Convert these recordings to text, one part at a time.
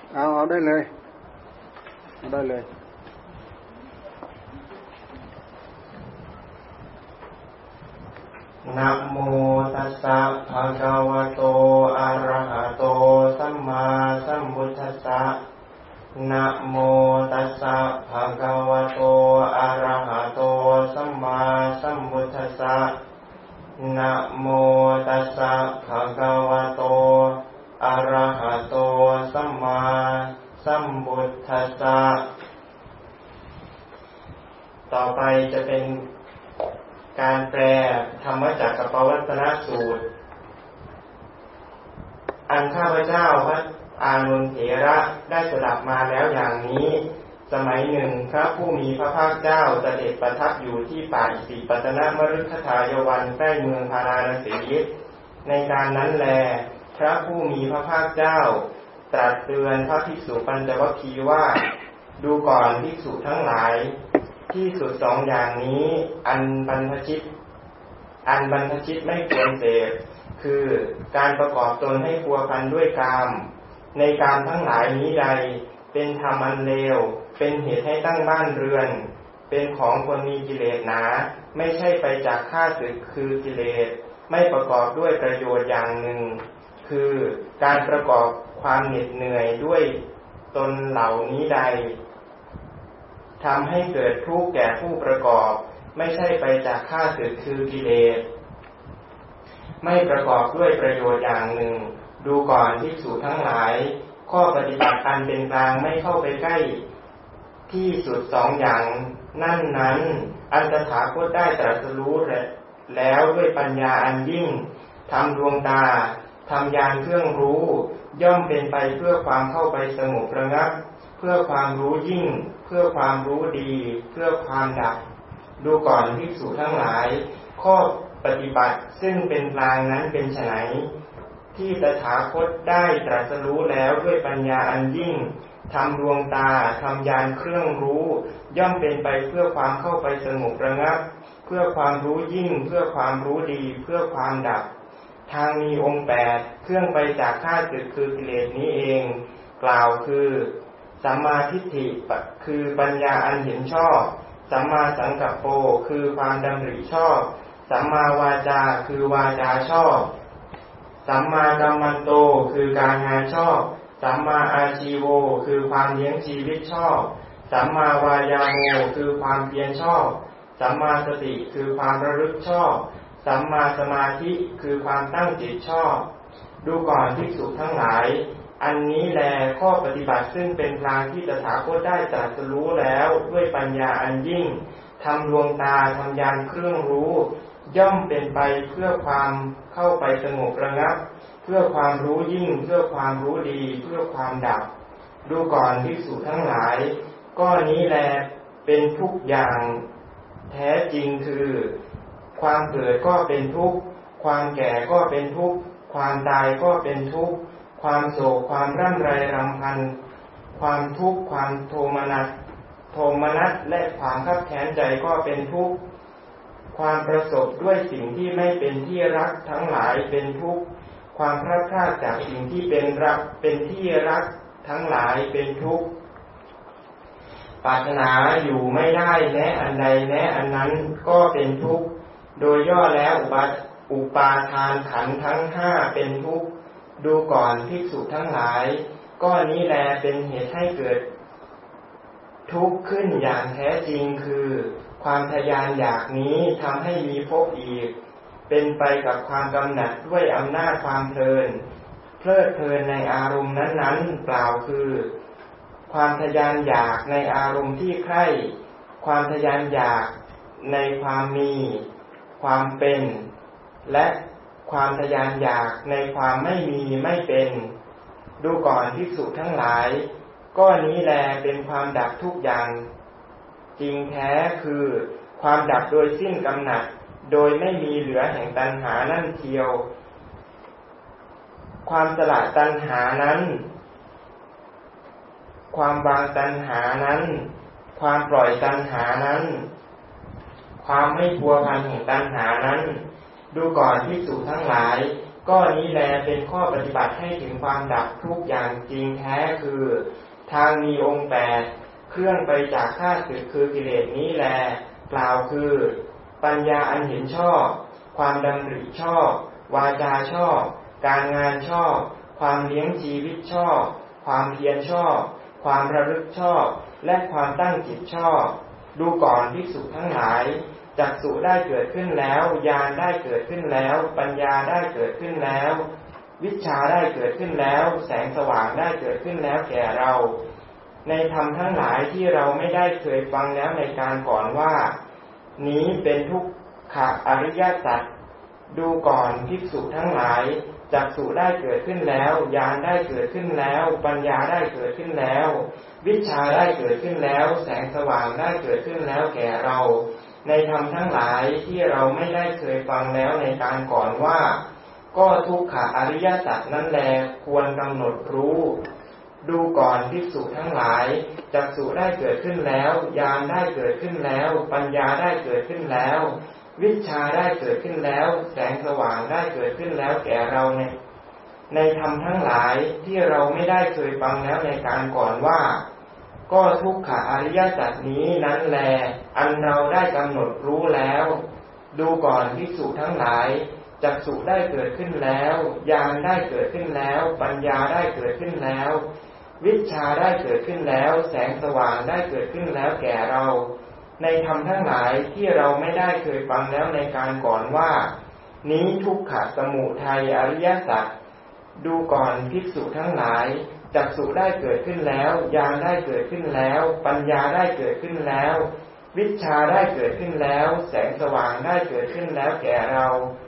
เอาได้เลยได้เลยนะโมตัสสะภะคะวะโตอะระหะโตสัมมาสัมพุทธัสสะนะโมตัสสะภะคะวะโตอะระหะโตสัมมาสัมพุทธัสสะนะโมตัสสะภะคะวะโตอะระหะโตสัมมาสัมพุทธัสสะต่อไปจะเป็นการแปลธรรมจักรปวัตตนสูตรอันข้าพเจ้าพระอานนท์เถระได้สดับมาแล้วอย่างนี้สมัยหนึ่งพระผู้มีพระภาคเจ้าเสด็จประทับอยู่ที่ป่าอิสิปตนมฤคทายวันใกล้เมืองพาราณสีในการนั้นแลพระผู้มีพระภาคเจ้าตรัสเตือนพระภิกษุปัญจวัคคีย์ว่าดูก่อนภิกษุทั้งหลายที่สุดสองอย่างนี้อันบรรพชิตไม่ควรเสพคือการประกอบตนให้พัวพันด้วยกามในกามทั้งหลายนี้ใดเป็นธรรมอันเลวเป็นเหตุให้ตั้งบ้านเรือนเป็นของคนมีกิเลสหนาไม่ใช่ไปจากข้าศึกคือกิเลสไม่ประกอบด้วยประโยชน์อย่างหนึ่งคือการประกอบความเหน็ดเหนื่อยด้วยตนเหล่านี้ใดทำให้เกิดทุกข์แก่ผู้ประกอบไม่ใช่ไปจากข้าศึกคือกิเลสไม่ประกอบด้วยประโยชน์อย่างหนึ่งดูก่อนภิกษุทั้งหลายข้อปฏิบัติอันเป็นกลางไม่เข้าไปใกล้ที่สุดสองอย่างนั้นอันตถาคตได้ตรัสรู้แล้วด้วยปัญญาอันยิ่งทำดวงตาทำญาณเครื่องรู้ย่อมเป็นไปเพื่อความเข้าไปสงบระงับเพื่อความรู้ยิ่งเพื่อความรู้ดีเพื่อความดับดูก่อนภิกษุทั้งหลายข้อปฏิบัติซึ่งเป็นกลางนั้นเป็นไฉนที่ตถาคตได้ตรัสรู้แล้วด้วยปัญญาอันยิ่งทำดวงตาทำญาณเครื่องรู้ย่อมเป็นไปเพื่อความเข้าไปสงบระงับเพื่อความรู้ยิ่งเพื่อความรู้ดีเพื่อความดับทางมีองค์8เครื่องไปจากข้าศึกคือกิเลสนี้เองกล่าวคือสัมมาทิฏฐิคือปัญญาอันเห็นชอบสัมมาสังกัปโปคือความดำริชอบสัมมาวาจาคือวาจาชอบสัมมากัมมันโตคือการงานชอบสัมมาอาชีโวคือความเลี้ยงชีวิตชอบสัมมาวายาโมคือความเพียรชอบสัมมาสติคือความระลึกชอบสัมมาสมาธิคือความตั้งจิตชอบดูก่อนภิกษุทั้งหลายอันนี้แลข้อปฏิบัติซึ่งเป็นกลางที่ตถาคตได้ตรัสรู้แล้วด้วยปัญญาอันยิ่งทำดวงตาทำญาณเครื่องรู้ย่อมเป็นไปเพื่อความเข้าไปสงบระงับเพื่อความรู้ยิ่งเพื่อความรู้ดีเพื่อความดับดูก่อนภิกษุทั้งหลายก็นี้แลเป็นทุกอย่างแท้จริงคือความเกิดก็เป็นทุกข์ความแก่ก็เป็นทุกข์ความตายก็เป็นทุกข์ความโศกความร่ำไรรำพันความทุกข์ความโทมนัสและความคับแค้นใจก็เป็นทุกข์ความประสบด้วยสิ่งที่ไม่เป็นที่รักทั้งหลายเป็นทุกข์ความพลัดพรากจากสิ่งที่เป็นที่รักทั้งหลายเป็นทุกข์ปรารถนาอยู่ไม่ได้แม้อันใดแม้อันนั้นก็เป็นทุกข์โดยย่อแล้วอุปาทานขันธ์ทั้ง5เป็นทุกข์ดูก่อนภิกษุทั้งหลายก็นี้แลเป็นเหตุให้เกิดทุกข์ขึ้นอย่างแท้จริงคือความทยานอยากนี้ทำให้มีภพอีกเป็นไปกับความกำหนัดด้วยอำนาจความเพลิดเพลินในอารมณ์นั้นๆกล่าวคือความทยานอยากในอารมณ์ที่ใคร่ความทยานอยากในความมีความเป็นและความทยานอยากในความไม่มีไม่เป็นดูก่อนภิกษุทั้งหลายก็นี้แลเป็นความดับทุกอย่างจริงแท้คือความดับโดยสิ้นกำหนัดโดยไม่มีเหลือแห่งตัณหานั่นเทียวความสละตัณหานั้นความวางตัณหานั้นความปล่อยตัณหานั้นความไม่พัวพันแห่งตัณหานั้นดูก่อนภิกษุทั้งหลายก็นี้แลเป็นข้อปฏิบัติให้ถึงความดับทุกข์อย่างจริงแท้คือทางมีองค์8เครื่องไปจากข้าศึกคือกิเลสนี้แลกล่าวคือปัญญาอันเห็นชอบความดำริชอบวาจาชอบการงานชอบความเลี้ยงชีวิตชอบความเพียรชอบความระลึกชอบและความตั้งจิตชอบดูก่อนภิกษุทั้งหลายจักษุได้เกิดขึ้นแล้วญาณได้เกิดขึ้นแล้วปัญญาได้เกิดขึ้นแล้ววิชชาได้เกิดขึ้นแล้วแสงสว่างได้เกิดขึ้นแล้วแก่เราในธรรมทั้งหลายที่เราไม่ได้เคยฟังแล้วในการก่อนว่านี้เป็นทุกขอริยสัจดูก่อนภิกษุทั้งหลายจักษุได้เกิดขึ้นแล้วญาณได้เกิดขึ้นแล้วปัญญาได้เกิดขึ้นแล้ววิชชาได้เกิดขึ้นแล้วแสงสว่างได้เกิดขึ้นแล้วแก่เราในธรรมทั้งหลายที่เราไม่ได้เคยฟังแล้วในการก่อนว่าก็ทุกขอริยสัจนั้นแลควรกำหนดรู้ดูก่อนภิกษุทั้งหลายจักษุได้เกิดขึ้นแล้วญาณได้เกิดขึ้นแล้วปัญญาได้เกิดขึ้นแล้ววิชชาได้เกิดขึ้นแล้วแสงสว่างได้เกิดขึ้นแล้วแก่เราในธรรมทั้งหลายที่เราไม่ได้เคยฟังแล้วในการก่อนว่าก็ทุกขอริยสัจนี้นั้นแลอันเราได้กำหนดรู้แล้วดูก่อนภิกษุทั้งหลายจักษุได้เกิดขึ้นแล้วญาณได้เกิดขึ้นแล้วปัญญาได้เกิดขึ้นแล้ววิชชาได้เกิดขึ้นแล้วแสงสว่างได้เกิดขึ้นแล้วแก่เราในธรรมทั้งหลายที่เราไม่ได้เคยฟังแล้วในการก่อนว่านี้ทุกขสมุทัยอริยสัจดูก่อนภิกษุทั้งหลายจักษุได้เกิดขึ้นแล้วญาณได้เกิดขึ้นแล้วปัญญาได้เกิดขึ้นแล้ววิชชาได้เกิดขึ้นแล้วแสงสว่างได้เกิดขึ้นแล้วแก่เรา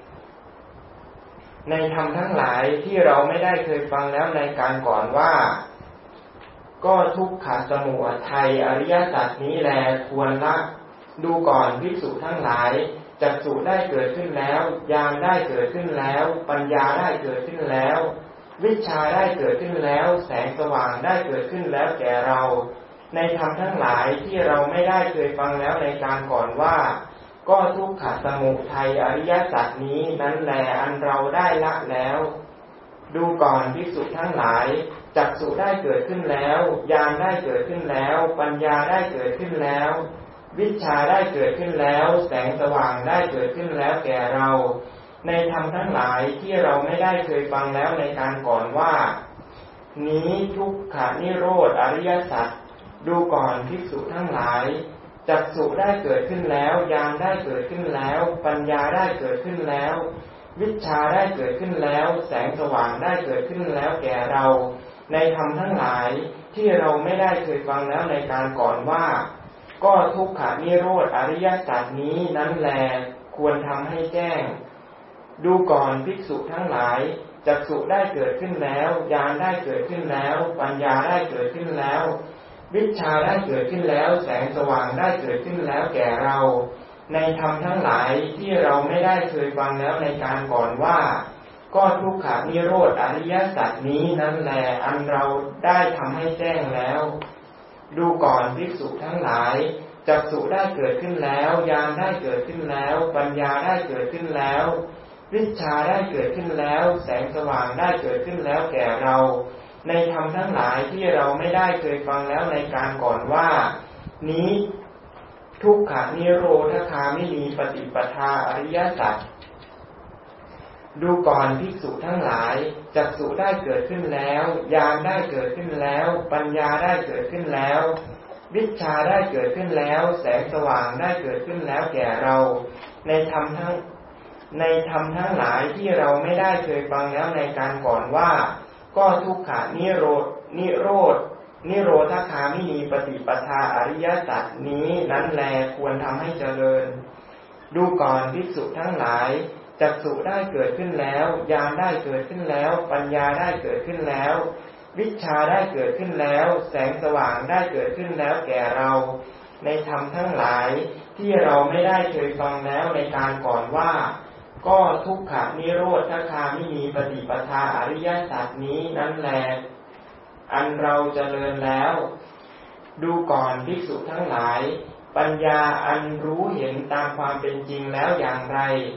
ในธรรมทั้งหลายที่เราไม่ได้เคยฟังแล้วในการก่อนว่าก็ทุกขสมุทัยอริยสัจนี้แลควรละดูก่อนภิกษุทั้งหลายจักษุได้เกิดขึ้นแล้วญาณได้เกิดขึ้นแล้วปัญญาได้เกิดขึ้นแล้ววิชชาได้เกิดขึ้นแล้วแสงสว่างได้เกิดขึ้นแล้วแก่เราในธรรมทั้งหลายที่เราไม่ได้เคยฟังแล้วในการก่อนว่าก็ทุกขสมุทัยอริยสัจนี้นั้นแลอันเราได้ละแล้วดูก่อนภิกษุทั้งหลายจักษุได้เกิดขึ้นแล้วญาณได้เกิดขึ้นแล้วปัญญาได้เกิดขึ้นแล้ววิชชาได้เกิดขึ้นแล้วแสงสว่างได้เกิดขึ้นแล้วแก่เราในธรรมทั้งหลายที่เราไม่ได้เคยฟังแล้วในการก่อนว่านี้ทุกขนิโรธอริยสัจดูก่อนภิกษุทั้งหลายจักษุได้เกิดขึ้นแล้วญาณได้เกิดขึ้นแล้วปัญญาได้เกิดขึ้นแล้ววิชชาได้เกิดขึ้นแล้วแสงสว่างได้เกิดขึ้นแล้วแก่เราในธรรมทั้งหลายที่เราไม่ได้เคยฟังแล้วในการก่อนว่าก็ทุกขนิโรธอริยสัจนี้นั้นแลควรทำให้แจ้งดูก่อนภิกษุทั้งหลายจักษุได้เกิดขึ้นแล้วญาณได้เกิดขึ้นแล้วปัญญาได้เกิดขึ้นแล้ววิชชาได้เกิดขึ้นแล้วแสงสว่างได้เกิดขึ้นแล้วแก่เราในธรรมทั้งหลายที่เราไม่ได้เคยฟังแล้วในการก่อนว่าก็ทุกขนิโรธอริยสัจนี้นั้นแลอันเราได้ทำให้แจ้งแล้วดูก่อนภิกษุทั้งหลายจักษุได้เกิดขึ้นแล้วญาณได้เกิดขึ้นแล้วปัญญาได้เกิดขึ้นแล้ววิชชาได้เกิดขึ้นแล้วแสงสว่างได้เกิดขึ้นแล้วแก่เราในธรรมทั้งหลายที่เราไม่ได้เคยฟังแล้วในการก่อนว่านี้ทุกขนิโรธคามินีปฏิปทาอริยสัจดูก่อนภิกษุทั้งหลายจักษุได้เกิดขึ้นแล้วญาณได้เกิดขึ้นแล้วปัญญาได้เกิดขึ้นแล้ววิชชาได้เกิดขึ้นแล้วแสงสว่างได้เกิดขึ้นแล้วแก่เราในธรรมทั้งหลายที่เราไม่ได้เคยฟังแล้วในการก่อนว่าก็ทุกขนิโรธคามินีปฏิปทาอริยสัจนี้นั้นแลควรทำให้เจริญดูก่อนภิกษุทั้งหลายจักษุได้เกิดขึ้นแล้วญาณได้เกิดขึ้นแล้วปัญญาได้เกิดขึ้นแล้ววิชชาได้เกิดขึ้นแล้วแสงสว่างได้เกิดขึ้นแล้วแก่เราในธรรมทั้งหลายที่เราไม่ได้เคยฟังแล้วในการก่อนว่าก็ทุกขนิโรธคามินีปฏิปทาอริยสัจนี้นั้นแลอันเราเจริญแล้วดูก่อนภิกษุทั้งหลายปัญญาอันรู้เห็นตามความเป็นจริงแล้วอย่างไร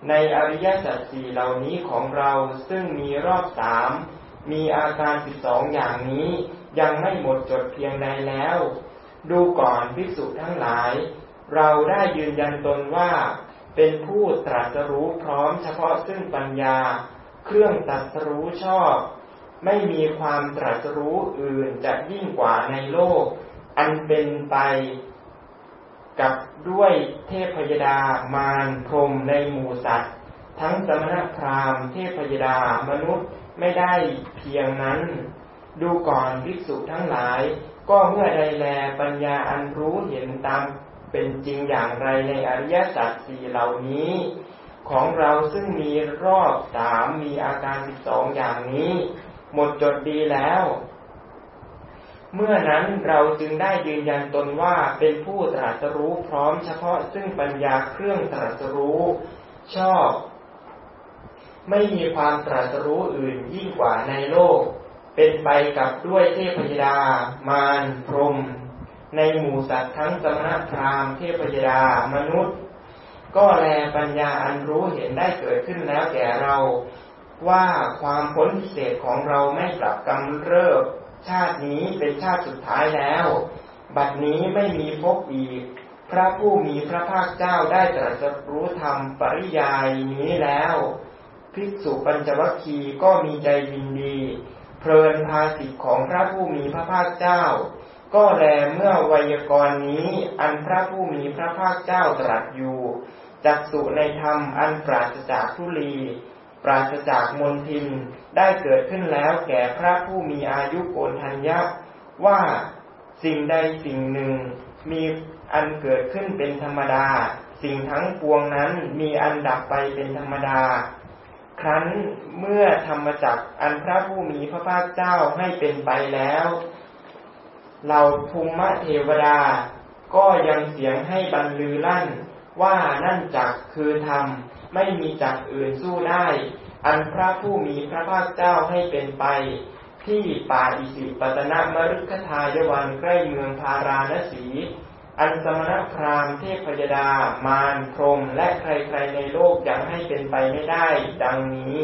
ในอริยสัจสี่เหล่านี้ของเราซึ่งมีรอบสามมีอาการ12อย่างนี้ยังไม่หมดจดเพียงใดแล้วดูก่อนภิกษุทั้งหลายเราได้ยืนยันตนว่าเป็นผู้ตรัสรู้พร้อมเฉพาะซึ่งปัญญาเครื่องตรัสรู้ชอบไม่มีความตรัสรู้อื่นจะยิ่งกว่าในโลกอันเป็นไปกับด้วยเทพยดามารพรหมในหมู่สัตว์ทั้งสมณพราหมณ์เทพยดามนุษย์ไม่ได้เพียงนั้นดูก่อนภิกษุทั้งหลายก็เมื่อใดแลปัญญาอันรู้เห็นตามเป็นจริงอย่างไรในอริยสัจสี่เหล่านี้ของเราซึ่งมีรอบสามมีอาการ12อย่างนี้หมดจดดีแล้วเมื่อนั้นเราจึงได้ยืนยันตนว่าเป็นผู้ตรัสรู้พร้อมเฉพาะซึ่งปัญญาเครื่องตรัสรู้ชอบไม่มีความตรัสรู้อื่นยิ่งกว่าในโลกเป็นไปกับด้วยเทพยดามารพรหมในหมู่สัตว์ทั้งสมณพราหมณ์เทพยดามนุษย์ก็แลปัญญาอันรู้เห็นได้เกิดขึ้นแล้วแก่เราว่าความพ้นพิเศษของเราไม่กลับกำเริบชาตินี้เป็นชาติสุดท้ายแล้วบัดนี้ไม่มีพบอีกพระผู้มีพระภาคเจ้าได้ตรัสรู้ธรรมปริยายนี้แล้วภิกษุปัญจวัคคีย์ก็มีใจยินดีเพลินภาสิทธิของพระผู้มีพระภาคเจ้าก็แลเมื่อไวยากรณ์นี้อันพระผู้มีพระภาคเจ้าตรัสอยู่จักษุในธรรมอันปราศจากทุลีปราศจากมลทินได้เกิดขึ้นแล้วแก่พระผู้มีอายุโกณฑัญญะว่าสิ่งใดสิ่งหนึ่งมีอันเกิดขึ้นเป็นธรรมดาสิ่งทั้งปวงนั้นมีอันดับไปเป็นธรรมดาครั้นเมื่อธรรมจักรอันพระผู้มีพระภาคเจ้าให้เป็นไปแล้วเหล่าภูมิเทวดาก็ยังเสียงให้บรรลือลั่นว่านั่นจักคือธรรมไม่มีจักอื่นสู้ได้อันพระผู้มีพระภาคเจ้าให้เป็นไปที่ป่าอิสิปตนมฤคทายวันใกล้เมืองพาราณสีอันสมณพราหมณ์เทพยดามารพรหมและใครๆในโลกยังให้เป็นไปไม่ได้ดังนี้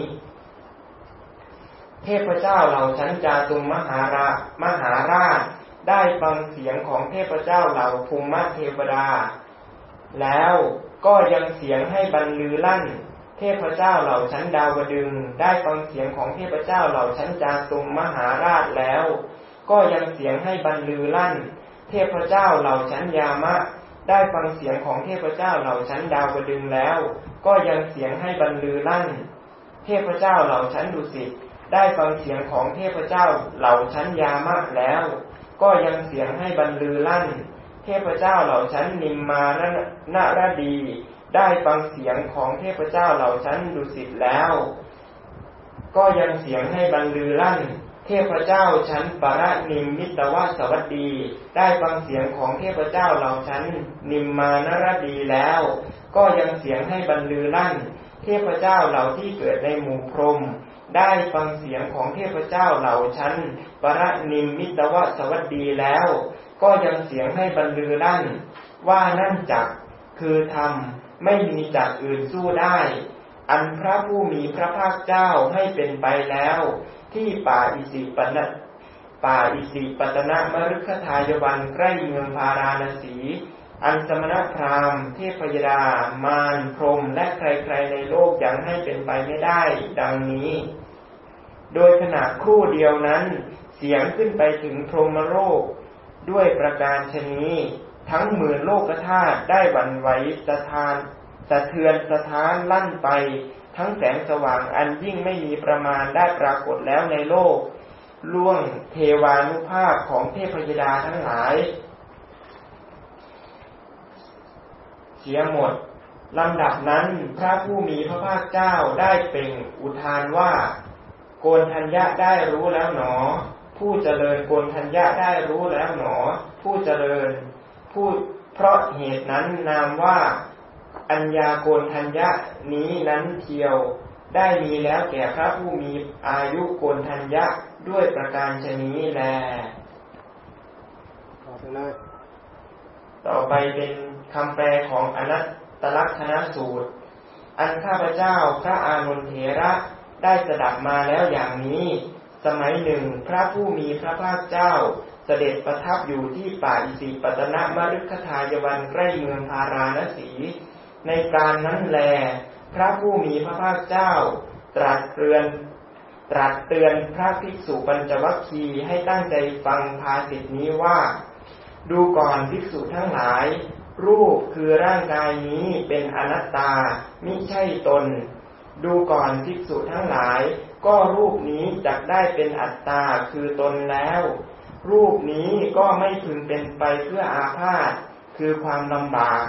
เทพเจ้าเหล่าชั้นจาตุมมหาราชได้ฟังเสียงของเทพเจ้าเหล่าภูมิเทวดาแล้วก็ยังเสียงให้บรรลือลั่นเทพเจ้าเหล่าชั้นดาวดึงส์ได้ฟังเสียงของเทพเจ้าเหล่าชั้นจาตุมมหาราชแล้วก็ยังเสียงให้บรรลือลั่นเทพเจ้าเหล่าชั้นยามะได้ฟังเสียงของเทพเจ้าเหล่าชั้นดาวดึงส์แล้วก็ยังเสียงให้บรรลือลั่นเทพเจ้าเหล่าชั้นดุสิตได้ฟังเสียงของเทพเจ้าเหล่าชั้นยามะแล้วก็ยังเสียงให้บรรลือลั่นเทพเจ้าเหล่าชั้นนิมมานรดีได้ฟังเสียงของเทพเจ้าเหล่าชั้นดุสิตแล้วก็ยังเสียงให้บรรลือลั่นเทพเจ้าชั้นปรนิมมิตวสวัสดีได้ฟังเสียงของเทพเจ้าเหล่าชั้นนิมมานรดีแล้วก็ยังเสียงให้บรรลือลั่นเทพเจ้าเหล่าที่เกิดในหมู่พรหมได้ฟังเสียงของเทพเจ้าเหล่าชั้นปรนิมมิตวสวัสดีแล้วก็ยังเสียงให้บรรลือลั่นว่านั่นจักคือธรรมไม่มีจักอื่นสู้ได้อันพระผู้มีพระภาคเจ้าให้เป็นไปแล้วที่ป่าอิสิปตนมฤคทายวันใกล้เมืองพาราณสีอันสมณพราหมณ์เทพยดามารพรหมและใครๆในโลกยังให้เป็นไปไม่ได้ดังนี้โดยขณะครู่เดียวนั้นเสียงขึ้นไปถึงพรหมโลกด้วยประการฉนี้ทั้งหมื่นโลกธาตุได้หวั่นไหวสะเทือนสะท้านลั่นไปทั้งแสงสว่างอันยิ่งไม่มีประมาณได้ปรากฏแล้วในโลกล่วงเทวานุภาพของเทพยดาทั้งหลายเสียหมดลำดับนั้นพระผู้มีพระภาคเจ้าได้เปล่งอุทานว่าโกณฑัญญะได้รู้แล้วหนอผู้เจริญโกณฑัญญะได้รู้แล้วหนอผู้เจริญผู้เพราะเหตุนั้นนามว่าอัญญาโกณฑัญญะนี้นั้นเทียวได้มีแล้วแก่พระผู้มีอายุโกณฑัญญะด้วยประการฉนี้แลต่อไปเป็นคำแปลของอนัตตลักษณสูตรอันข้าพเจ้าพระอานนทเถระได้สดับมาแล้วอย่างนี้สมัยหนึ่งพระผู้มีพระภาคเจ้าเสด็จประทับอยู่ที่ป่าอิสิปตนมฤคทายวันใกล้เมืองพาราณสีในการนั้นแลพระผู้มีพระภาคเจ้าตรัสเตือนพระภิกษุปัญจวัคคีย์ให้ตั้งใจฟังภาษิตนี้ว่าดูก่อนภิกษุทั้งหลายรูปคือร่างกายนี้เป็นอนัตตามิใช่ตนดูก่อนภิกษุทั้งหลายก็รูปนี้จักได้เป็นอัตตาคือตนแล้วรูปนี้ก็ไม่พึงเป็นไปเพื่ออาพาธคือความลำบาก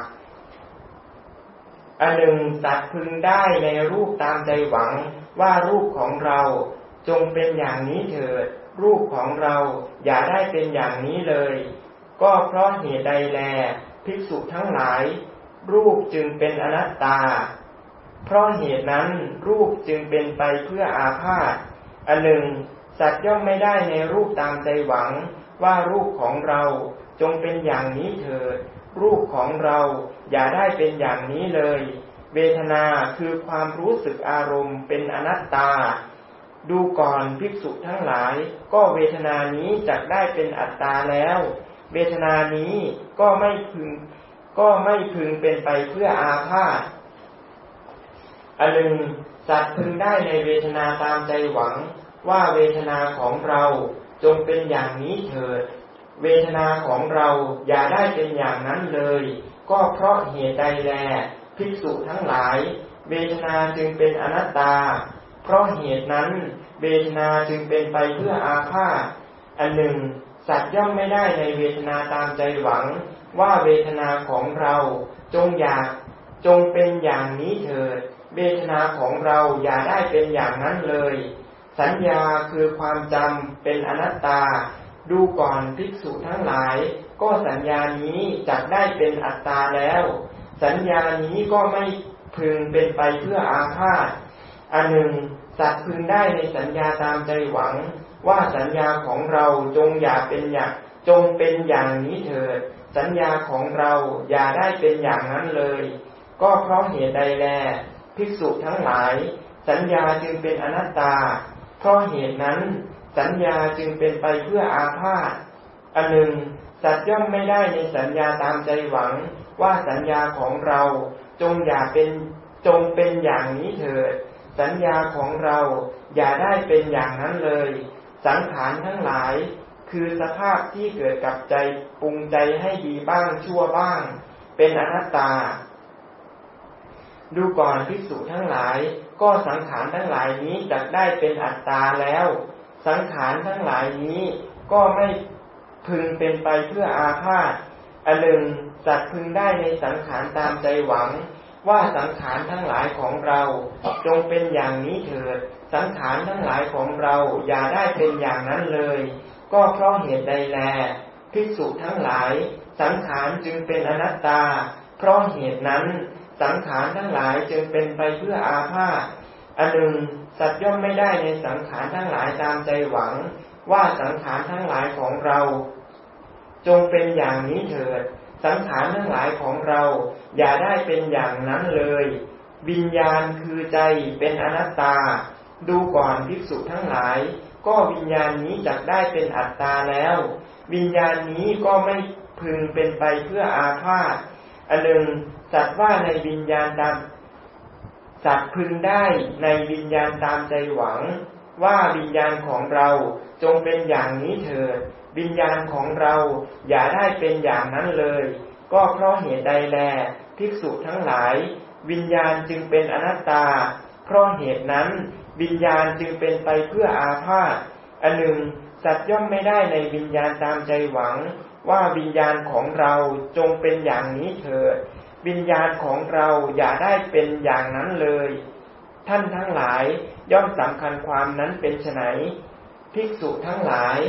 อันหนึ่งสัตว์พึงได้ในรูปตามใจหวังว่ารูปของเราจงเป็นอย่างนี้เถิดรูปของเราอย่าได้เป็นอย่างนี้เลยก็เพราะเหตุใดแลภิกษุทั้งหลายรูปจึงเป็นอนัตตาเพราะเหตุนั้นรูปจึงเป็นไปเพื่ออาพาธอันหนึ่งสัตว์ย่อมไม่ได้ในรูปตามใจหวังว่ารูปของเราจงเป็นอย่างนี้เถิดรูปของเราอย่าได้เป็นอย่างนี้เลยเวทนาคือความรู้สึกอารมณ์เป็นอนัตตาดูก่อนภิกษุทั้งหลายก็เวทนานี้จักได้เป็นอัตตาแล้วเวทนานี้ก็ไม่พึงเป็นไปเพื่ออาพาธอันหนึ่งสัตว์พึงได้ในเวทนาตามใจหวังว่าเวทนาของเราจงเป็นอย่างนี้เถิดเวทนาของเราอย่าได้เป็นอย่างนั้นเลยก็เพราะเหตุใดแลภิกษุทั้งหลายเวทนาจึงเป็นอนัตตาเพราะเหตุนั้นเวทนาจึงเป็นไปเพื่ออาฆาตอันหนึ่งสัตว์ย่อมไม่ได้ในเวทนาตามใจหวังว่าเวทนาของเราจงเป็นอย่างนี้เถิดเวทนาของเราอย่าได้เป็นอย่างนั้นเลยสัญญาคือความจำเป็นอนัตตาดูก่อนภิกษุทั้งหลายก็สัญญานี้จักได้เป็นอัตตาแล้วสัญญานี้ก็ไม่พึงเป็นไปเพื่ออาฆาตอันหนึ่งสัตว์พึงได้ในสัญญาตามใจหวังว่าสัญญาของเราจงเป็นอย่างนี้เถิดสัญญาของเราอย่าได้เป็นอย่างนั้นเลยก็เพราะเหตุใดแลภิกษุทั้งหลายสัญญาจึงเป็นอนัตตาเพราะเหตุนั้นสัญญาจึงเป็นไปเพื่ออาฆาตอันหนึ่งสัตว์ย่อมไม่ได้ในสัญญาตามใจหวังว่าสัญญาของเราจงเป็นอย่างนี้เถิดสัญญาของเราอย่าได้เป็นอย่างนั้นเลยสังขารทั้งหลายคือสภาพที่เกิดกับใจปรุงใจให้ดีบ้างชั่วบ้างเป็นอนัตตาดูก่อนภิกษุทั้งหลายก็สังขารทั้งหลายนี้จักได้เป็นอัตตาแล้วสังขารทั้งหลายนี้ก็ไม่พึงเป็นไปเพื่ออาฆาตอันหนึ่งสัตว์พึงได้ในสังขารตามใจหวังว่าสังขารทั้งหลายของเราจงเป็นอย่างนี้เถิดสังขารทั้งหลายของเราอย่าได้เป็นอย่างนั้นเลยก็เพราะเหตุใดแลภิกษุทั้งหลายสังขารจึงเป็นอนัตตาเพราะเหตุนั้นสังขารทั้งหลายจึงเป็นไปเพื่ออาฆาตอันหนึ่งสัตว์ย่อมไม่ได้ในสังขารทั้งหลายตามใจหวังว่าสังขารทั้งหลายของเราจงเป็นอย่างนี้เถิดสังขารทั้งหลายของเราอย่าได้เป็นอย่างนั้นเลยวิญญาณคือใจเป็นอนัตตาดูก่อนภิกษุทั้งหลายก็วิญญาณนี้จักได้เป็นอัตตาแล้ววิญญาณนี้ก็ไม่พึงเป็นไปเพื่ออาฆาตอันหนึ่งสัตว์ว่าในวิญญาณตามสัตว์พึงได้ในวิญญาณตามใจหวังว่าวิญญาณของเราจงเป็นอย่างนี้เถิดวิญญาณของเราอย่าได้เป็นอย่างนั้นเลยก็เพราะเหตุใดแลภิกษุทั้งหลายวิญญาณจึงเป็นอนัตตาเพราะเหตุนั้นวิญญาณจึงเป็นไปเพื่ออาฆาตอันหนึ่งสัตว์ย่อมไม่ได้ในวิญญาณตามใจหวังว่าวิญญาณของเราจงเป็นอย่างนี้เถิดวิญญาณของเราอย่าได้เป็นอย่างนั้นเลยท่านทั้งหลายย่อมสำคัญความนั้นเป็นไฉนภิกษุทั้งหลาย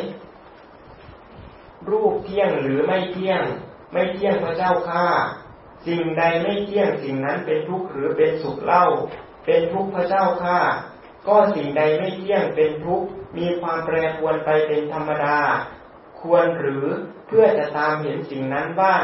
รูปเที่ยงหรือไม่เที่ยงไม่เที่ยงพระเจ้าข้าสิ่งใดไม่เที่ยงสิ่งนั้นเป็นทุกข์หรือเป็นสุขเล่าเป็นทุกข์พระเจ้าข้าก็สิ่งใดไม่เที่ยงเป็นทุกข์มีความแปรปรวนไปเป็นธรรมดาควรหรือเพื่อจะตามเห็นสิ่งนั้นบ้าง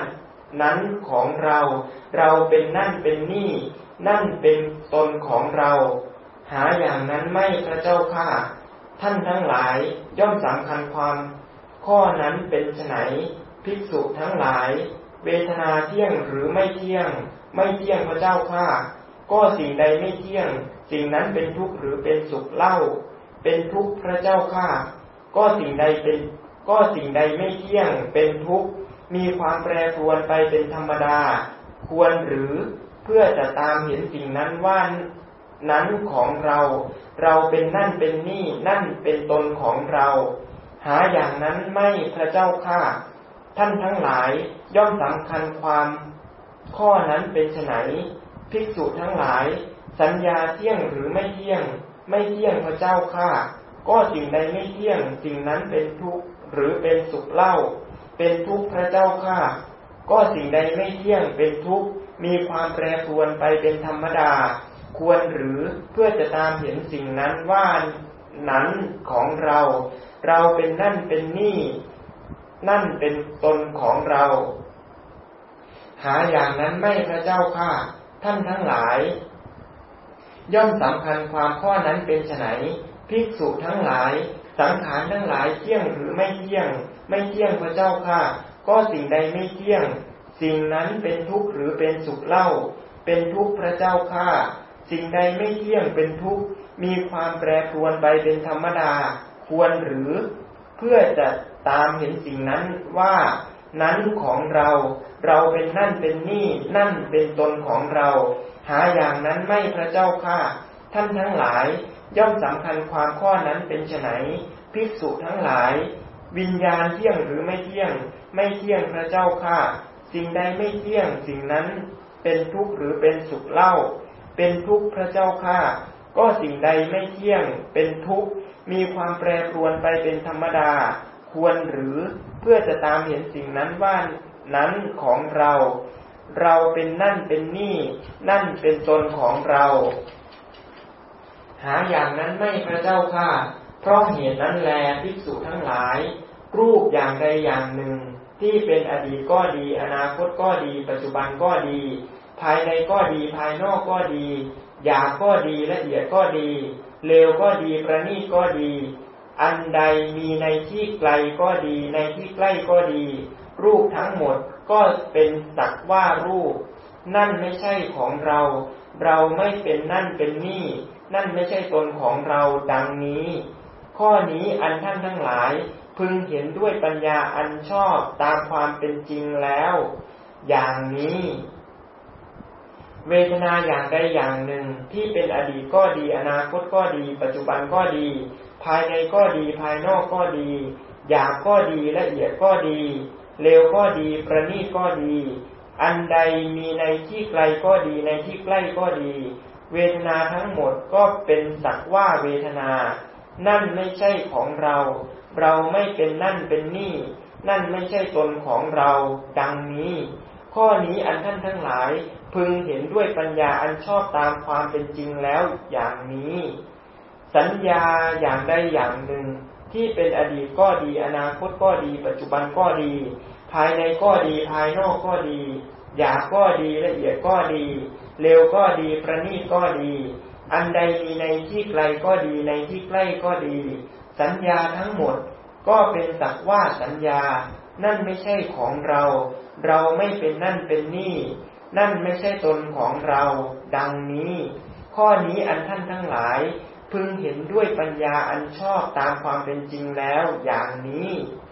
นั้นของเราเราเป็นนั่นเป็นนี่นั่นเป็นตนของเราหาอย่างนั้นไม่พระเจ้าข้าท่านทั้งหลายย่อมสำคัญความข้อนั้นเป็นไฉนภิกษุทั้งหลายเวทนาเที่ยงหรือไม่เที่ยงไม่เที่ยงพระเจ้าข้าก็สิ่งใดไม่เที่ยงสิ่งนั้นเป็นทุกข์หรือเป็นสุขเล่าเป็นทุกข์พระเจ้าข้าก็สิ่งใดไม่เที่ยงเป็นทุกข์มีความแปรปรวนไปเป็นธรรมดาควรหรือเพื่อจะตามเห็นสิ่งนั้นว่านั้นของเราเราเป็นนั่นเป็นนี่นั่นเป็นตนของเราหาอย่างนั้นไม่พระเจ้าข้าท่านทั้งหลายย่อมสำคัญความข้อนั้นเป็นไฉนภิกษุทั้งหลายสัญญาเที่ยงหรือไม่เที่ยงไม่เที่ยงพระเจ้าข้าก็สิ่งใดไม่เที่ยงสิ่งนั้นเป็นทุกข์หรือเป็นสุขเล่าเป็นทุกข์พระเจ้าข้าก็สิ่งใดไม่เที่ยงเป็นทุกข์มีความแปรปรวนไปเป็นธรรมดาควรหรือเพื่อจะตามเห็นสิ่งนั้นว่านั้นของเราเราเป็นนั่นเป็นนี่นั่นเป็นตนของเราหาอย่างนั้นไม่พระเจ้าข้าท่านทั้งหลายย่อมสำคัญความข้อนั้นเป็นไฉนภิกษุทั้งหลายสังขารทั้งหลายเที่ยงหรือไม่เที่ยงไม่เที่ยงพระเจ้าข้าก็สิ่งใดไม่เที่ยงสิ่งนั้นเป็นทุกข์หรือเป็นสุขเล่าเป็นทุกข์พระเจ้าข้าสิ่งใดไม่เที่ยงเป็นทุกข์มีความแปรปรวนไปเป็นธรรมดาควรหรือเพื่อจะตามเห็นสิ่งนั้นว่านั้นของเราเราเป็นนั่นเป็นนี่นั่นเป็นตนของเราหาอย่างนั้นไม่พระเจ้าข้าท่านทั้งหลายย่อมสำคัญความข้อนั้นเป็นไฉนภิกษุทั้งหลายวิญญาณเที่ยงหรือไม่เที่ยงไม่เที่ยงพระเจ้าข้าสิ่งใดไม่เที่ยงสิ่งนั้นเป็นทุกข์หรือเป็นสุขเล่าเป็นทุกข์พระเจ้าข้าก็สิ่งใดไม่เที่ยงเป็นทุกข์มีความแปรปรวนไปเป็นธรรมดาควรหรือเพื่อจะตามเห็นสิ่งนั้นว่านั้นของเราเราเป็นนั่นเป็นนี่นั่นเป็นตนของเราหาอย่างนั้นไม่พระเจ้าข้าเพราะเหตุนั้นแลภิกษุทั้งหลายรูปอย่างใดอย่างหนึ่งที่เป็นอดีตก็ดีอนาคตก็ดีปัจจุบันก็ดีภายในก็ดีภายนอกก็ดีหยาบก็ดีละเอียดก็ดีเลวก็ดีประณีตก็ดีอันใดมีในที่ไกลก็ดีในที่ใกล้ก็ดีรูปทั้งหมดก็เป็นสักว่ารูปนั่นไม่ใช่ของเราเราไม่เป็นนั่นเป็นนี่นั่นไม่ใช่ตนของเราดังนี้ข้อนี้อันท่านทั้งหลายพึงเห็นด้วยปัญญาอันชอบตามความเป็นจริงแล้วอย่างนี้เวทนาอย่างใดอย่างหนึ่งที่เป็นอดีตก็ดีอนาคตก็ดีปัจจุบันก็ดีภายในก็ดีภายนอกก็ดีหยาบก็ดีละเอียดก็ดีเลวก็ดีประณีตก็ดีอันใดมีในที่ไกลก็ดีในที่ใกล้ก็ดีเวทนาทั้งหมดก็เป็นสักว่าเวทนานั่นไม่ใช่ของเราเราไม่เป็นนั่นเป็นนี่นั่นไม่ใช่ตนของเราดังนี้ข้อนี้อันท่านทั้งหลายพึงเห็นด้วยปัญญาอันชอบตามความเป็นจริงแล้วอย่างนี้สัญญาอย่างใดอย่างหนึ่งที่เป็นอดีตก็ดีอนาคตก็ดีปัจจุบันก็ดีภายในก็ดีภายนอกก็ดีหยาบก็ดีละเอียดก็ดีเลวก็ดีประณีตก็ดีอันใดมีในที่ไกลก็ดีในที่ใกล้ก็ดีสัญญาทั้งหมดก็เป็นสักว่าสัญญานั่นไม่ใช่ของเราเราไม่เป็นนั่นเป็นนี่นั่นไม่ใช่ตนของเราดังนี้ข้อนี้อันท่านทั้งหลายพึงเห็นด้วยปัญญาอันชอบตามความเป็นจริงแล้วอย่างนี้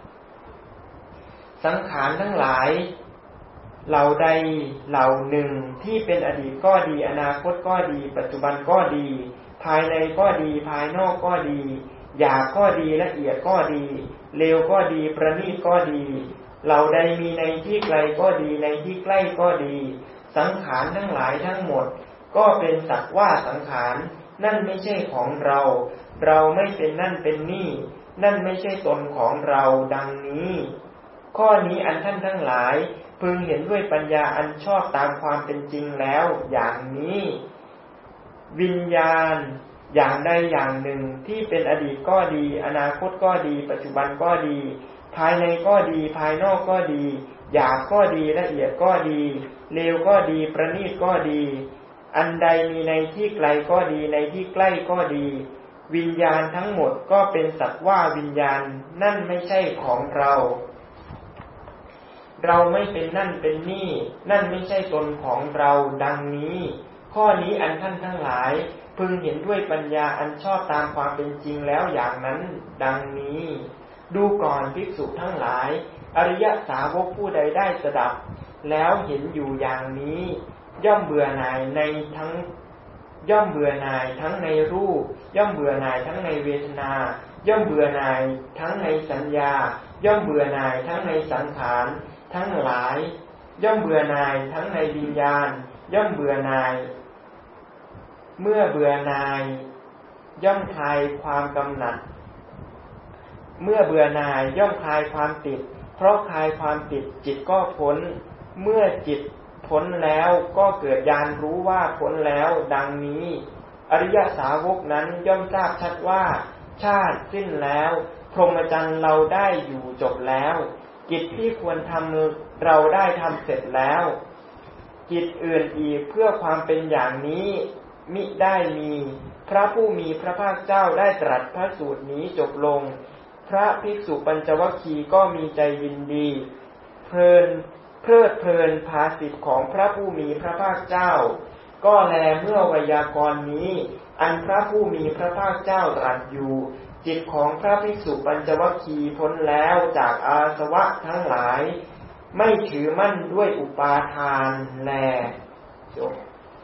สังขารทั้งหลายเหล่าใดเหล่าหนึ่งที่เป็นอดีตก็ดีอนาคตก็ดีปัจจุบันก็ดีภายในก็ดีภายนอกก็ดีหยาบก็ดีละเอียดก็ดีเลวก็ดีประณีตก็ดีเหล่าใดมีในที่ไกลก็ดีในที่ใกล้ก็ดีสังขารทั้งหลายทั้งหมดก็เป็นสักว่าสังขารนั่นไม่ใช่ของเราเราไม่เป็นนั่นเป็นนี่นั่นไม่ใช่ตนของเราดังนี้ข้อนี้อันท่านทั้งหลายพึงเห็นด้วยปัญญาอันชอบตามความเป็นจริงแล้วอย่างนี้วิญญาณอย่างใดอย่างหนึ่งที่เป็นอดีตก็ดีอนาคตก็ดีปัจจุบันก็ดีภายในก็ดีภายนอกก็ดีหยาบก็ดีละเอียดก็ดีเลวก็ดีประณีตก็ดีอันใดมีในที่ไกลก็ดีในที่ใกล้ก็ดีวิญญาณทั้งหมดก็เป็นสักว่าวิญญาณนั่นไม่ใช่ของเราเราไม่เป็นนั่นเป็นนี่นั่นไม่ใช่ตนของเราดังนี้ข้อนี้อันท่านทั้งหลายพึงเห็นด้วยปัญญาอันชอบตามความเป็นจริงแล้วอย่างนั้นดังนี้ดูก่อนภิกษุทั้งหลายอริยสาวกผู้ใดได้สดับแล้วเห็นอยู่อย่างนี้ย่อมเบื่อหน่ายทั้งในรูปย่อมเบื่อหน่ายทั้งในเวทนาย่อมเบื่อหน่ายทั้งในสัญญาย่อมเบื่อหน่ายทั้งในสังขารทั้งหลายย่อมเบื่อหน่ายทั้งในวิญญาณย่อมเบื่อหน่ายเมื่อเบื่อหน่ายย่อมคลายความกำหนัดเมื่อเบื่อหน่ายย่อมคลายความติดเพราะคลายความติดจิตก็พ้นเมื่อจิตพ้นแล้วก็เกิดญาณรู้ว่าพ้นแล้วดังนี้อริยสาวกนั้นย่อมทราบชัดว่าชาติสิ้นแล้วพรหมจรรย์เราได้อยู่จบแล้วกิจที่ควรทำเราได้ทำเสร็จแล้วกิจอื่นอีกเพื่อความเป็นอย่างนี้มิได้มีพระผู้มีพระภาคเจ้าได้ตรัสพระสูตรนี้จบลงพระภิกษุปัญจวัคคีย์ก็มีใจยินดีเพลิดเพลินภาสิทธิ์ของพระผู้มีพระภาคเจ้าก็แลเมื่อไวยากรณ์นี้อันพระผู้มีพระภาคเจ้าตรัสอยู่จิตของพระภิกษุปัญจวัคคีย์พ้นแล้วจากอาสวะทั้งหลายไม่ถือมั่นด้วยอุปาทานแลจบ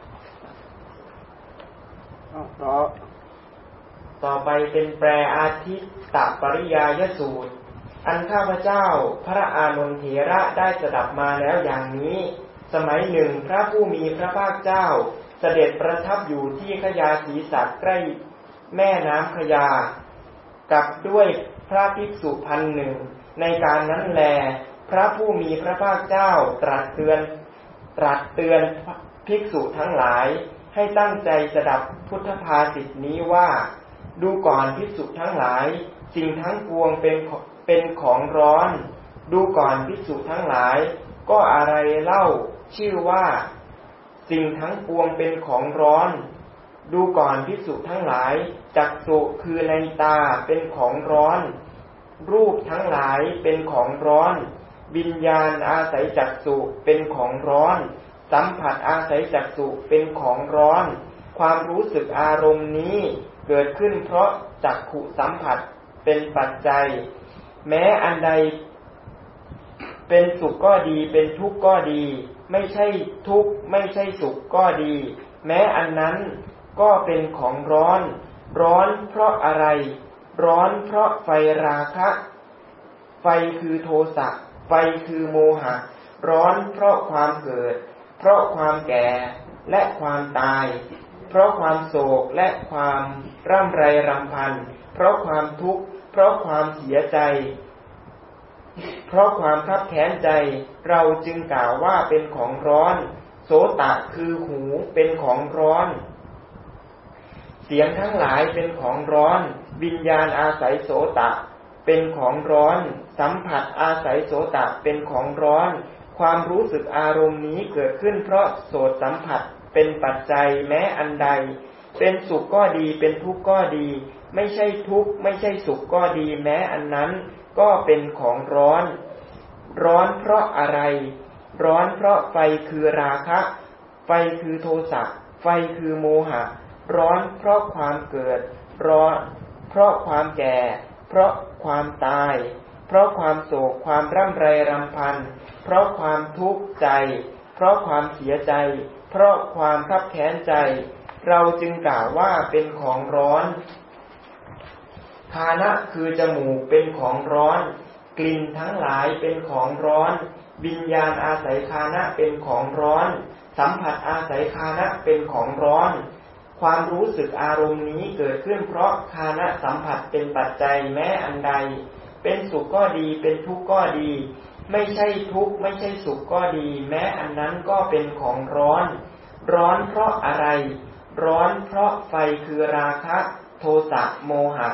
ต่อไปเป็นแปลอาทิตตปริยายสูตรอันข้าพเจ้าพระอานนทเถระได้สดับมาแล้วอย่างนี้สมัยหนึ่งพระผู้มีพระภาคเจ้าเสด็จประทับอยู่ที่ขยาศีสัตใกล้แม่น้ำขยากับด้วยพระภิกษุ1,000ในการนั้นแลพระผู้มีพระภาคเจ้าตรัสเตือนภิกษุทั้งหลายให้ตั้งใจสดับพุทธภาษิตนี้ว่าดูก่อนภิกษุทั้งหลายสิ่งทั้งปวงเป็นของร้อนดูก่อนภิกษุทั้งหลายก็อะไรเล่าชื่อว่าสิ่งทั้งปวงเป็นของร้อนดูก่อนภิกษุทั้งหลายจักษุคือในตาเป็นของร้อนรูปทั้งหลายเป็นของร้อนวิญญาณอาศัยจักษุเป็นของร้อนสัมผัสอาศัยจักษุเป็นของร้อนความรู้สึกอารมณ์นี้เกิดขึ้นเพราะจักขุสัมผัสเป็นปัจจัยแม้อันใดเป็นสุขก็ดีเป็นทุกข์ก็ดีไม่ใช่ทุกข์ไม่ใช่สุขก็ดีแม้อันนั้นก็เป็นของร้อนเพราะอะไรร้อนเพราะไฟราคะไฟคือโทสะไฟคือโมหะร้อนเพราะความเกิดเพราะความแก่และความตายเพราะความโศกและความร่ำไรรำพันเพราะความทุกข์เพราะความเสียใจเพราะความคับแค้นใจเราจึงกล่าวว่าเป็นของร้อนโสตะคือหูเป็นของร้อนเสียงทั้งหลายเป็นของร้อนวิญญาณอาศัยโสตะเป็นของร้อนสัมผัสอาศัยโสตะเป็นของร้อนความรู้สึกอารมณ์นี้เกิดขึ้นเพราะโสตสัมผัสเป็นปัจจัยแม้อันใดเป็นสุขก็ดีเป็นทุกข์ก็ดีไม่ใช่ทุกข์ไม่ใช่สุขก็ดีแม้อันนั้นก็เป็นของร้อนเพราะอะไรร้อนเพราะไฟคือราคะไฟคือโทสะไฟคือโมหะร้อนเพราะความเกิดร้อนเพราะความแก่เพราะความตายเพราะความโศกความร่ำไรรำพันเพราะความทุกข์ใจเพราะความเสียใจเพราะความคับแค้นใจเราจึงกล่าวว่าเป็นของร้อนคานะคือจมูกเป็นของร้อนกลิ่นทั้งหลายเป็นของร้อนวิญญาณอาศัยคานะเป็นของร้อนสัมผัสอาศัยคานะเป็นของร้อนความรู้สึกอารมณ์นี้เกิดขึ้นเพราะคานะสัมผัสเป็นปัจจัยแม้อันใดเป็นสุขก็ดีเป็นทุกข์ก็ดีไม่ใช่ทุกข์ไม่ใช่สุขก็ดีแม้อันนั้นก็เป็นของร้อนเพราะอะไรร้อนเพราะไฟคือราคะโทสะโมหะ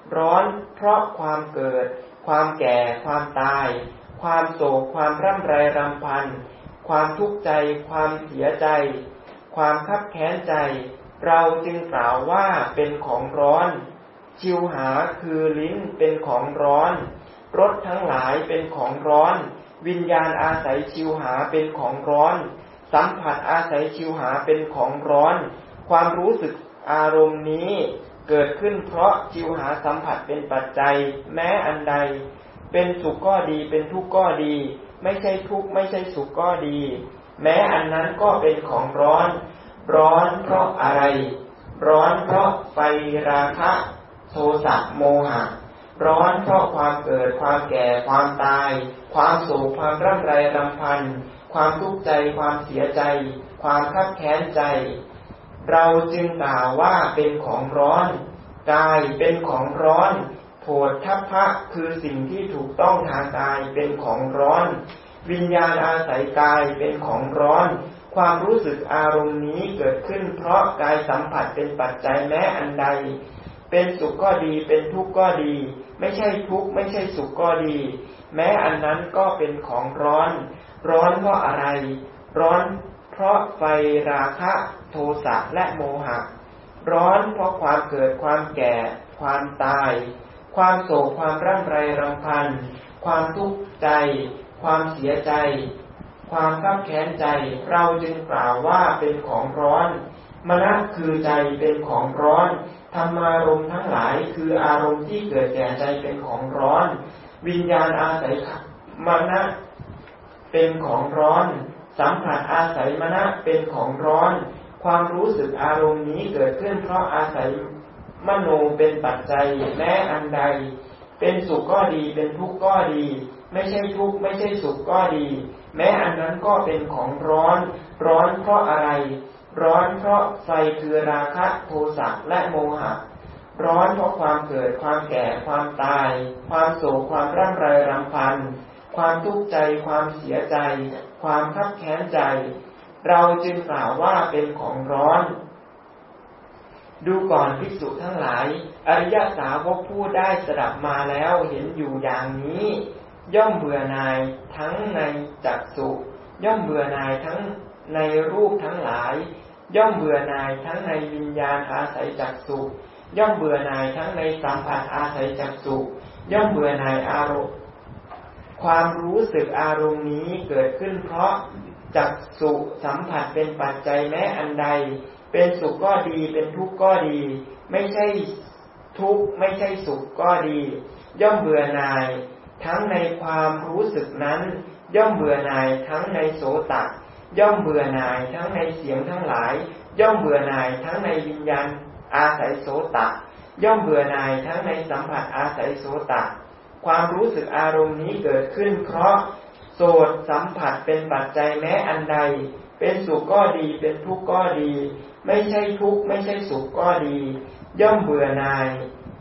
ร้อนเพราะความเกิดความแก่ความตายความโศกความร่ำไรรำพันความทุกข์ใจความเสียใจความคับแค้นใจเราจึงกล่าวว่าเป็นของร้อนชิวหาคือลิ้นเป็นของร้อนรสทั้งหลายเป็นของร้อนวิญญาณอาศัยชิวหาเป็นของร้อนสัมผัสอาศัยชิวหาเป็นของร้อนความรู้สึกอารมณ์นี้เกิดขึ้นเพราะชิวหาสัมผัสเป็นปัจจัยแม้อันใดเป็นสุขก็ดีเป็นทุกข์ก็ดีไม่ใช่ทุกข์ไม่ใช่สุขก็ดีแม้อันนั้นก็เป็นของร้อนร้อนเพราะอะไรร้อนเพราะไฟราคะโทสะโมหะร้อนเพราะความเกิดความแก่ความตายความโศกความร่ำไรรำพันความทุกข์ใจความเสียใจความคับแค้นใจเราจึงกล่าวว่าเป็นของร้อนกายเป็นของร้อนโผฏฐัพพะคือสิ่งที่ถูกต้องทางกายเป็นของร้อนวิญญาณอาศัยกายเป็นของร้อนความรู้สึกอารมณ์นี้เกิดขึ้นเพราะกายสัมผัสเป็นปัจจัยแม้อันใดเป็นสุขก็ดีเป็นทุกข์ก็ดีไม่ใช่ทุกข์ไม่ใช่สุขก็ดีแม้อันนั้นก็เป็นของร้อนร้อนเพราะอะไรร้อนเพราะไฟราคะโทสะและโมหะร้อนเพราะความเกิดความแก่ความตายความโศกความร่ำไรรำพันความทุกข์ใจความเสียใจความคับแค้นใจเราจึงกล่าวว่าเป็นของร้อนมนะคือใจเป็นของร้อนธรรมารมณ์ทั้งหลายคืออารมณ์ที่เกิดแก่ใจเป็นของร้อนวิญญาณอาศัยมนะเป็นของร้อนสัมผัสอาศัยมนะเป็นของร้อนความรู้สึกอารมณ์นี้เกิดขึ้นเพราะอาศัยมโนเป็นปัจจัยแม้อันใดเป็นสุขก็ดีเป็นทุกข์ก็ดีไม่ใช่ทุกข์ไม่ใช่สุขก็ดีแม้อันนั้นก็เป็นของร้อนร้อนเพราะอะไรร้อนเพราะไฟคือราคะโทสะและโมหะร้อนเพราะความเกิดความแก่ความตายความโศกความร่ำไรรำพันความทุกข์ใจความเสียใจความคับแค้นใจเราจึงกล่าวว่าเป็นของร้อนดูก่อนภิกษุทั้งหลายอริยสาวกผู้ได้สดับมาแล้วเห็นอยู่อย่างนี้ย่อมเบื่อหน่ายทั้งในจักษุย่อมเบื่อหน่ายทั้งในรูปทั้งหลายย่อมเบื่อหน่ายทั้งในวิญญาณอาศัยจักษุย่อมเบื่อหน่ายทั้งในสัมผัสอาศัยจักษุย่อมเบื่อหน่ายอารมณ์ความรู้สึกอารมณ์นี้เกิดขึ้นเพราะจักษุสัมผัสเป็นปัจจัยแม้อันใดเป็นสุขก็ดีเป็นทุกข์ก็ดีไม่ใช่ทุกข์ไม่ใช่สุขก็ดีย่อมเบื่อหน่ายทั้งในความรู้สึกนั้นย่อมเบื่อหน่ายทั้งในโสตะย่อมเบื่อหน่ายทั้งในเสียงทั้งหลายย่อมเบื่อหน่ายทั้งในวิญญาณอาศัยโสตะย่อมเบื่อหน่ายทั้งในสัมผัสอาศัยโสตะความรู้สึกอารมณ์นี้เกิดขึ้นเพราะโสตสัมผัสเป็นปัจจัยแม้อันใดเป็นสุขก็ดีเป็นทุกข์ก็ดีไม่ใช่ทุกข์ไม่ใช่สุขก็ดีย่อมเบื่อหน่าย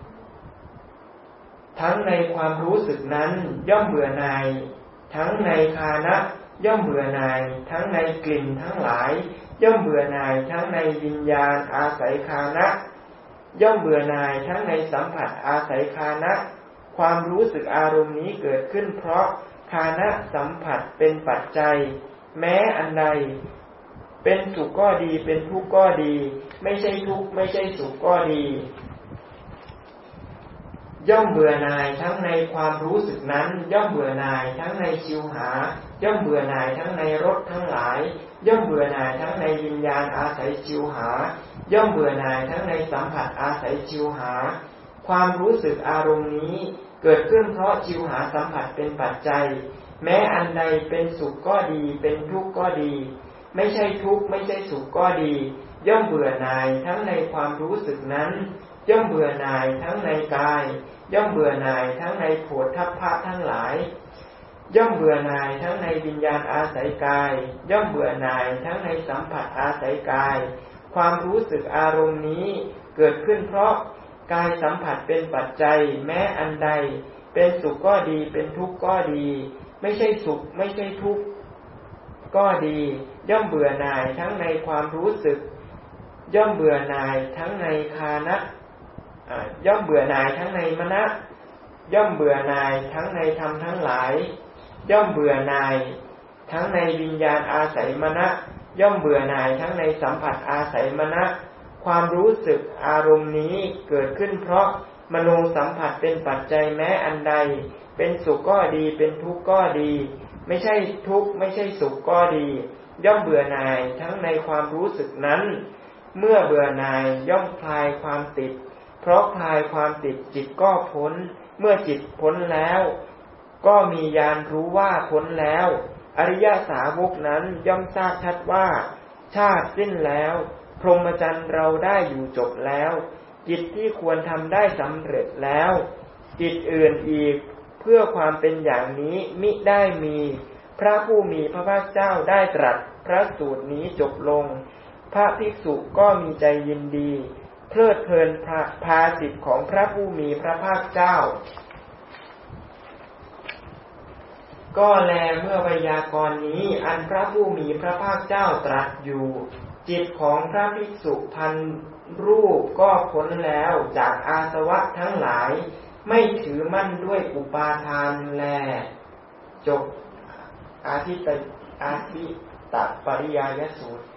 ทั้งในความรู้สึกนั้นย่อมเบื่อหน่ายทั้งในฆานะย่อมเบื่อหน่ายทั้งในกลิ่นทั้งหลายย่อมเบื่อหน่ายทั้งในวิญญาณอาศัยฆานะย่อมเบื่อหน่ายทั้งในสัมผัสอาศัยฆานะความรู้สึกอารมณ์นี้เกิดขึ้นเพราะฆานะสัมผัสเป็นปัจจัยแม้อันใดเป็นสุขก็ดีเป็นทุกข์ก็ดีไม่ใช่ทุกข์ไม่ใช่สุขก็ดีย่อมเบื่อหน่ายทั้งในความรู้สึกนั้นย่อมเบื่อหน่ายทั้งในชิวหาย่อมเบื่อหน่ายทั้งในรสทั้งหลายย่อมเบื่อหน่ายทั้งในวิญญาณอาศัยชิวหาย่อมเบื่อหน่ายทั้งในสัมผัสอาศัยชิวหาความรู้สึกอารมณ์นี้เกิดขึ้นเพราะชิวหาสัมผัสเป็นปัจจัยแม้อันใดเป็นสุขก็ดีเป็นทุกข์ก็ดีไม่ใช่ทุกข์ไม่ใช่สุขก็ดีย่อมเบื่อหน่ายทั้งในความรู้สึกนั้นย่อมเบื่อหน่ายทั้งในกายย่อมเบื่อหน่ายทั้งในโผฏฐัพพะทั้งหลายย่อมเบื่อหน่ายทั้งในวิญญาณอาศัยกายย่อมเบื่อหน่ายทั้งในสัมผัสอาศัยกายความรู้สึกอารมณ์นี้เกิดขึ้นเพราะกายสัมผัสเป็นปัจจัยแม้อันใดเป็นสุขก็ดีเป็นทุกข์ก็ดีไม่ใช่สุขไม่ใช่ทุกข์ก็ดีย่อมเบื่อหน่ายทั้งในความรู้สึกย่อมเบื่อหน่ายทั้งในฆานะย่อมเบื่อหน่ายทั้งในมนะย่อมเบื่อหน่ายทั้งในธรรมทั้งหลายย่อมเบื่อหน่ายทั้งในวิญญาณอาศัยมนะย่อมเบื่อหน่ายทั้งในสัมผัสอาศัยมนะความรู้สึกอารมณ์นี้เกิดขึ้นเพราะมโนสัมผัสเป็นปัจจัยแม้อันใดเป็นสุขก็ดีเป็นทุกข์ก็ดีไม่ใช่ทุกข์ไม่ใช่สุขก็ดีย่อมเบื่อหน่ายทั้งในความรู้สึกนั้นเมื่อเบื่อหน่ายย่อมคลายความติดเพราะคลายความติดจิตก็พ้นเมื่อจิตพ้นแล้วก็มีญาณรู้ว่าพ้นแล้วอริยสาวกนั้นย่อมทราบชัดว่าชาติสิ้นแล้วพรหมจรรย์เราได้อยู่จบแล้วจิตที่ควรทำได้สำเร็จแล้วจิตอื่นอีกเพื่อความเป็นอย่างนี้มิได้มีพระผู้มีพระภาคเจ้าได้ตรัสพระสูตรนี้จบลงพระภิกษุก็มีใจยินดีเพลิดเพลินภาสิทธิของพระผู้มีพระภาคเจ้าก็แลเมื่อไวยากรณ์นี้อันพระผู้มีพระภาคเจ้าตรัสอยู่จิตของพระภิกษุพันรูปก็พ้นแล้วจากอาสวะทั้งหลายไม่ถือมั่นด้วยอุปาทานแลจบอาทิตตปริยายสูตร